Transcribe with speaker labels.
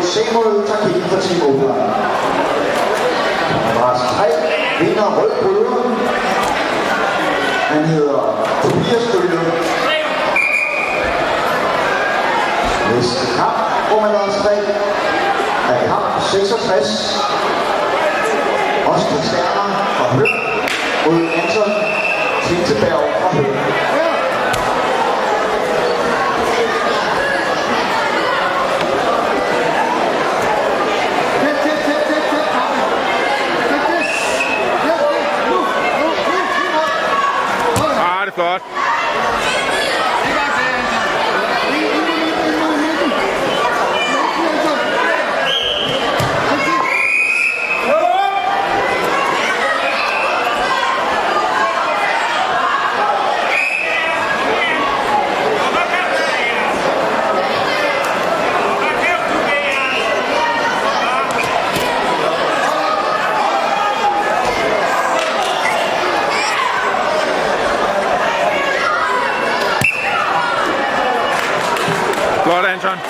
Speaker 1: Samuel Takin fra Team Opel. Madras 3 vinder rød bryder. Han hedder Tobias Bølle. Næste kamp på Madras 3 er kamp 66. Oscar Sterner fra Høng mod Anton Tinteberg fra Høng.
Speaker 2: Det er flot. Flot, Anton.